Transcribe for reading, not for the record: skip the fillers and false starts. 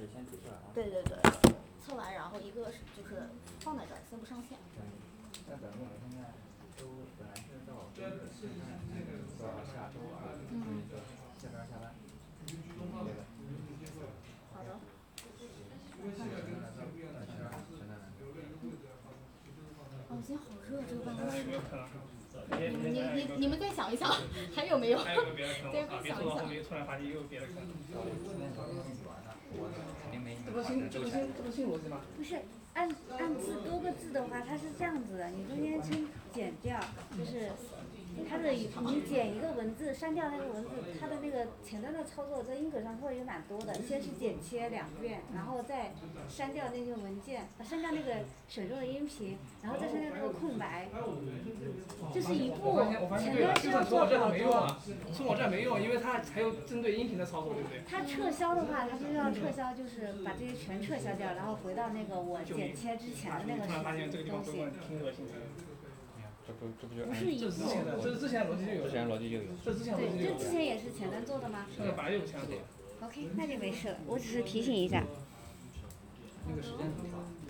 是先提出来啊。 对，测完然后一个是就是放在这儿，先不上线。 那咱们现在都本来是到现在到下周二，下班下班。 好的。哦，今天好热，这个办公室。你们再想一想，还有没有？ 还有别的坑？别说到后面突然发现又有别的坑。 这不是新逻辑吗？ 不是，按字多个字的话，它是这样子的，你中间先剪掉，就是它的你剪一个文字，删掉那个文字，它的那个前端的操作在音轨上会有蛮多的。先是剪切2遍，然后再删掉那些文件，删掉那个选中的音频，然后再删掉那个空白。这是一步，前端是要做好多。 从我这没用，因为它还有针对音频的操作，对不对？ 它撤销的话，它就要撤销，就是把这些全撤销掉，然后回到那个我剪切之前的那个突然发现这个地方东西。 挺恶心的。 这不就不是一步。 这是之前的逻辑就有。 之前逻辑就有。 对，这之前也是前端做的吗？ 那个本来就有前端做。 OK， 那就没事了，我只是提醒一下。 那个时间很长。